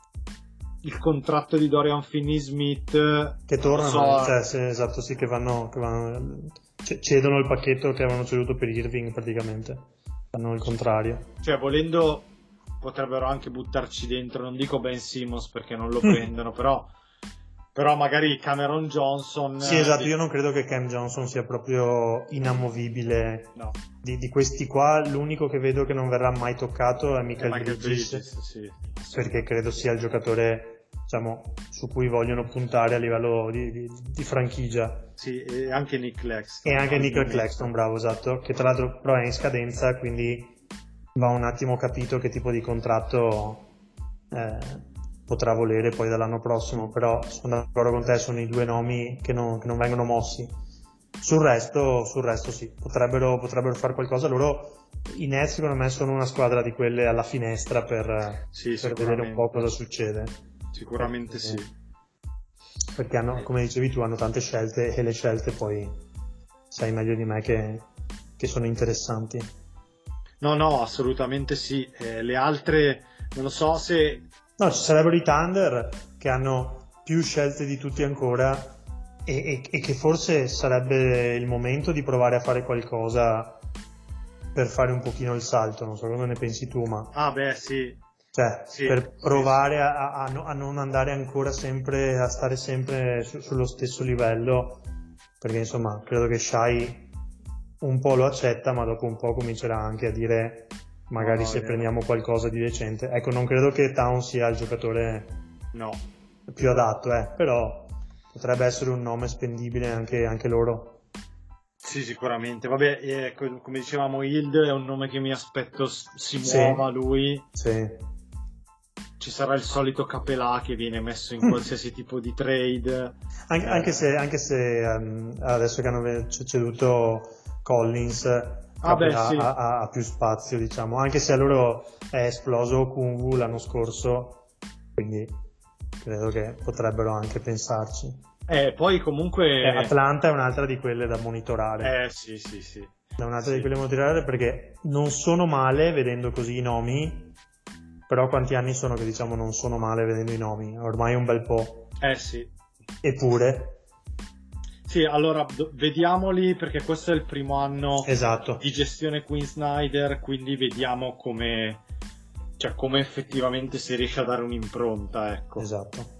il contratto di Dorian Finney-Smith, che tornano, non so, cioè, sì, esatto, sì, che vanno, che vanno c- cedono il pacchetto che avevano ceduto per Irving praticamente, fanno il contrario. cioè volendo potrebbero anche buttarci dentro, non dico Ben Simmons perché non lo prendono, però però magari Cameron Johnson. Sì, esatto, eh, io non credo che Cam Johnson sia proprio inamovibile. no, Di, di questi qua, l'unico che vedo che non verrà mai toccato è Michael Michael Bridges, Bridges, sì. perché credo sia il giocatore, diciamo, su cui vogliono puntare a livello di, di, di franchigia. Sì, e anche Nick Claxton. E anche Nick Claxton, bravo, esatto, che tra l'altro però è in scadenza, quindi va un attimo capito che tipo di contratto eh, potrà volere poi dall'anno prossimo, però sono d'accordo con te, sono i due nomi che non, che non vengono mossi. Sul resto, sul resto sì, potrebbero, potrebbero fare qualcosa. Loro, i Nets secondo me sono una squadra di quelle alla finestra per, Sì, per vedere un po' sicuramente. cosa succede. Sicuramente sì. Perché hanno, come dicevi tu, hanno tante scelte e le scelte poi sai meglio di me che, che sono interessanti. No, no, assolutamente sì. Eh, le altre, non lo so se... No, ci sarebbero i Thunder che hanno più scelte di tutti ancora e, e, e che forse sarebbe il momento di provare a fare qualcosa per fare un pochino il salto, non so come ne pensi tu, ma Ah, beh, sì. cioè Sì, per sì, provare a, a, no- a non andare ancora sempre, a stare sempre su- sullo stesso livello, perché insomma credo che Shai un po' lo accetta, ma dopo un po' comincerà anche a dire magari No, no, se è- prendiamo qualcosa di decente. Ecco, non credo che Town sia il giocatore No. più adatto, eh, però potrebbe essere un nome spendibile anche, anche loro. Sì, sicuramente. Vabbè, eh, co- come dicevamo, Hild è un nome che mi aspetto s- si Sì. muova lui. Sì. Ci sarà il solito Capelà che viene messo in qualsiasi tipo di trade. Anche, Eh, anche se, anche se ehm, adesso che hanno c- ceduto Collins Ah, beh, ha, sì. ha- ha- ha più spazio, diciamo, anche se a loro è esploso Kungu l'anno scorso, quindi credo che potrebbero anche pensarci. Eh, poi comunque... Eh, Atlanta è un'altra di quelle da monitorare. Eh, sì, sì, sì. È un'altra sì. di quelle da monitorare perché non sono male vedendo così i nomi, però quanti anni sono che diciamo non sono male vedendo i nomi? Ormai un bel po'. Eh, sì. Eppure, Sì, allora, do- vediamoli perché questo è il primo anno esatto. di gestione Quinn Snyder, quindi vediamo come, cioè, come effettivamente si riesce a dare un'impronta, ecco. Esatto.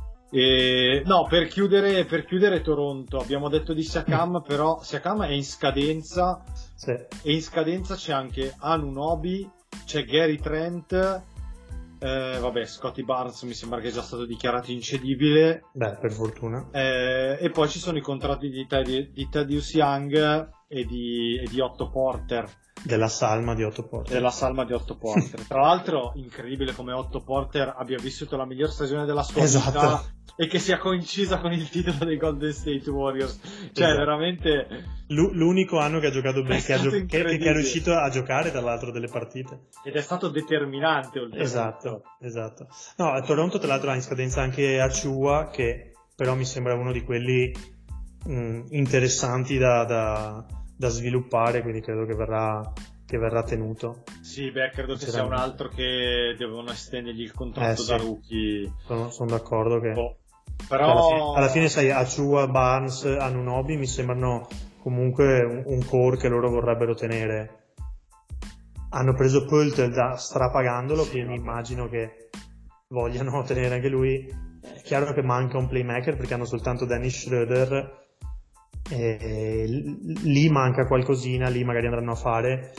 E, no, per chiudere, per chiudere Toronto, abbiamo detto di Siakam, però Siakam è in scadenza Sì. e in scadenza c'è anche Anunoby, c'è Gary Trent, eh, vabbè, Scotty Barnes mi sembra che è già stato dichiarato incedibile, Beh, per fortuna. eh, e poi ci sono i contratti di, Teddy, di Thaddeus Young e di, e di Otto Porter, Della salma di Otto Porter. della salma di Otto Porter. Tra l'altro, incredibile come Otto Porter abbia vissuto la miglior stagione della sua Esatto. vita e che sia coincisa con il titolo dei Golden State Warriors. Cioè, Esatto. veramente... L'u- l'unico anno che ha giocato bene, È che, ha stato gio- che- che, incredibile. è riuscito a giocare tra l'altro delle partite. Ed è stato determinante, oltre Esatto, esatto. No, a Toronto tra l'altro ha in scadenza anche Achua, che però mi sembra uno di quelli mh, interessanti da, da, da sviluppare, quindi credo che verrà, che verrà tenuto. Sì, beh, credo che sia Sinceramente. un altro che devono estendergli il contratto Eh, sì. da rookie. Sono, sono d'accordo che... Boh. Cioè, alla, Però... fine, alla fine sai, Achua, Barnes, Anunoby mi sembrano comunque un, un core che loro vorrebbero tenere. Hanno preso Pöltl da strapagandolo, Sì, quindi vabbè. immagino che vogliano tenere anche lui. È chiaro che manca un playmaker perché hanno soltanto Dennis Schroeder, e lì manca qualcosina, lì magari andranno a fare.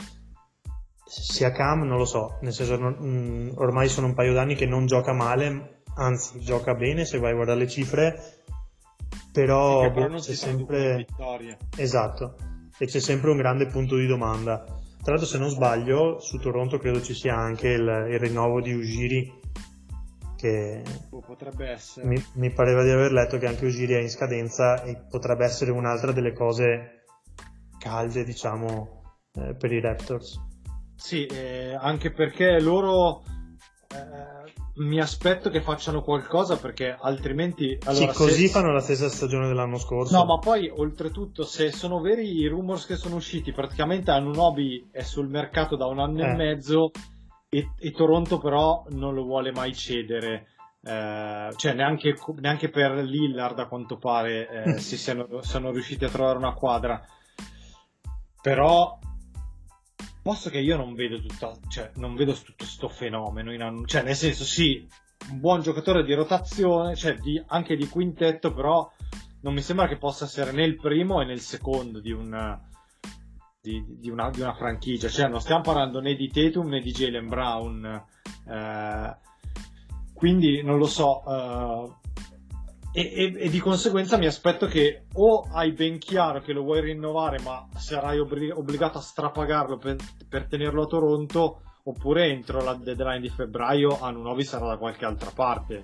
Siakam non lo so, nel senso non, ormai sono un paio d'anni che non gioca male, anzi gioca bene se vai a guardare le cifre, però, Perché però boh, non c'è si traducono in sempre vittorie. esatto, e c'è sempre un grande punto di domanda. Tra l'altro, se non sbaglio, su Toronto credo ci sia anche il, il rinnovo di Ujiri, che Oh, potrebbe essere. mi, mi pareva di aver letto che anche Ujiri è in scadenza e potrebbe essere un'altra delle cose calde, diciamo, eh, per i Raptors. Sì, eh, anche perché loro eh, mi aspetto che facciano qualcosa, perché altrimenti allora, sì, così se... fanno la stessa stagione dell'anno scorso. No, ma poi oltretutto, se sono veri i rumors che sono usciti, praticamente Anunoby è sul mercato da un anno Eh. e mezzo e, e Toronto però non lo vuole mai cedere, eh, cioè neanche, neanche per Lillard, a quanto pare, eh, si siano, sono riusciti a trovare una quadra. Però posso che io non vedo tutta, cioè non vedo tutto sto fenomeno in anno, cioè nel senso sì, un buon giocatore di rotazione, cioè di, anche di quintetto, però non mi sembra che possa essere né il primo e né il secondo di una, di, di una, di una franchigia, cioè non stiamo parlando né di Tatum né di Jaylen Brown, eh, quindi non lo so, eh, e, e, e di conseguenza mi aspetto che o hai ben chiaro che lo vuoi rinnovare ma sarai obbli- obbligato a strapagarlo per, per tenerlo a Toronto, oppure entro la deadline di febbraio Anunoby sarà da qualche altra parte,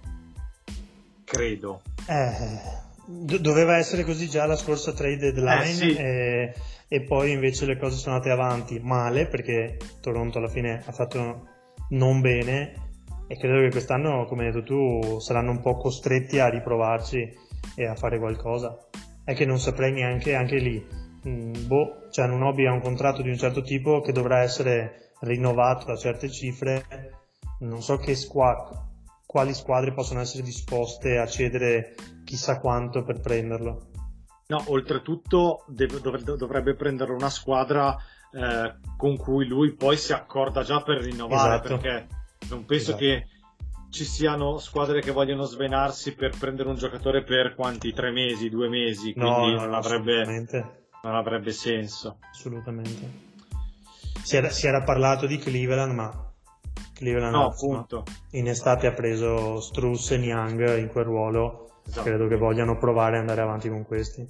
credo. Eh, do- doveva essere così già la scorsa trade deadline, Eh, sì. e, e poi invece le cose sono andate avanti male, perché Toronto alla fine ha fatto non bene, e credo che quest'anno, come hai detto tu, saranno un po' costretti a riprovarci e a fare qualcosa. È che non saprei neanche, anche lì, mm, boh, cioè Anunoby ha un contratto di un certo tipo che dovrà essere rinnovato a certe cifre, non so che squadra, quali squadre possono essere disposte a cedere chissà quanto per prenderlo. No, oltretutto deve- dov- dovrebbe prendere una squadra eh, con cui lui poi si accorda già per rinnovare, Esatto. perché non penso Esatto. che ci siano squadre che vogliono svenarsi per prendere un giocatore per quanti, tre mesi, due mesi, No, quindi no, non, no, avrebbe, assolutamente, non avrebbe senso. assolutamente. Si era, si era parlato di Cleveland, ma Cleveland No, insomma, appunto. in estate ha preso Strus e Niang in quel ruolo. Esatto. Credo che vogliano provare ad andare avanti con questi.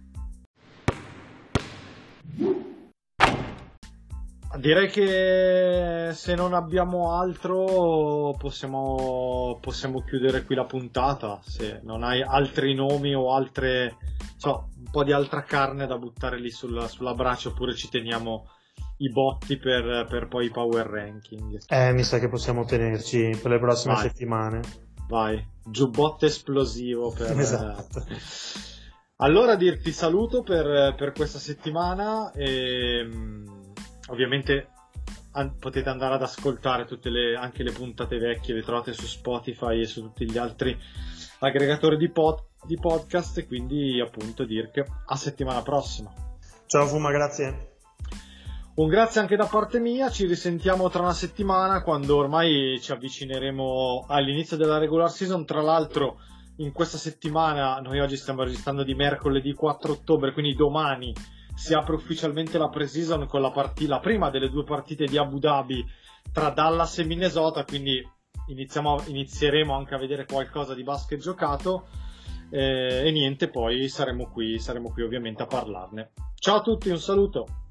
Direi che se non abbiamo altro possiamo, possiamo chiudere qui la puntata. Se non hai altri nomi o altre, so, un po' di altra carne da buttare lì sulla, sulla brace, oppure ci teniamo i botti per, per poi i power ranking. Eh, mi sa che possiamo tenerci per le prossime Vai. settimane. Vai, giubbotto esplosivo per... Esatto. Allora dirti saluto per, per questa settimana e mh, ovviamente an- potete andare ad ascoltare tutte le, anche le puntate vecchie, le trovate su Spotify e su tutti gli altri aggregatori di, pod- di podcast, e quindi appunto dirk a settimana prossima. Ciao Fuma, grazie. Un grazie anche da parte mia, ci risentiamo tra una settimana quando ormai ci avvicineremo all'inizio della regular season. Tra l'altro in questa settimana, noi oggi stiamo registrando di mercoledì quattro ottobre, quindi domani si apre ufficialmente la pre-season con la, partita, la prima delle due partite di Abu Dhabi tra Dallas e Minnesota, quindi iniziamo, inizieremo anche a vedere qualcosa di basket giocato, eh, e niente, poi saremo qui, saremo qui ovviamente a parlarne. Ciao a tutti, un saluto!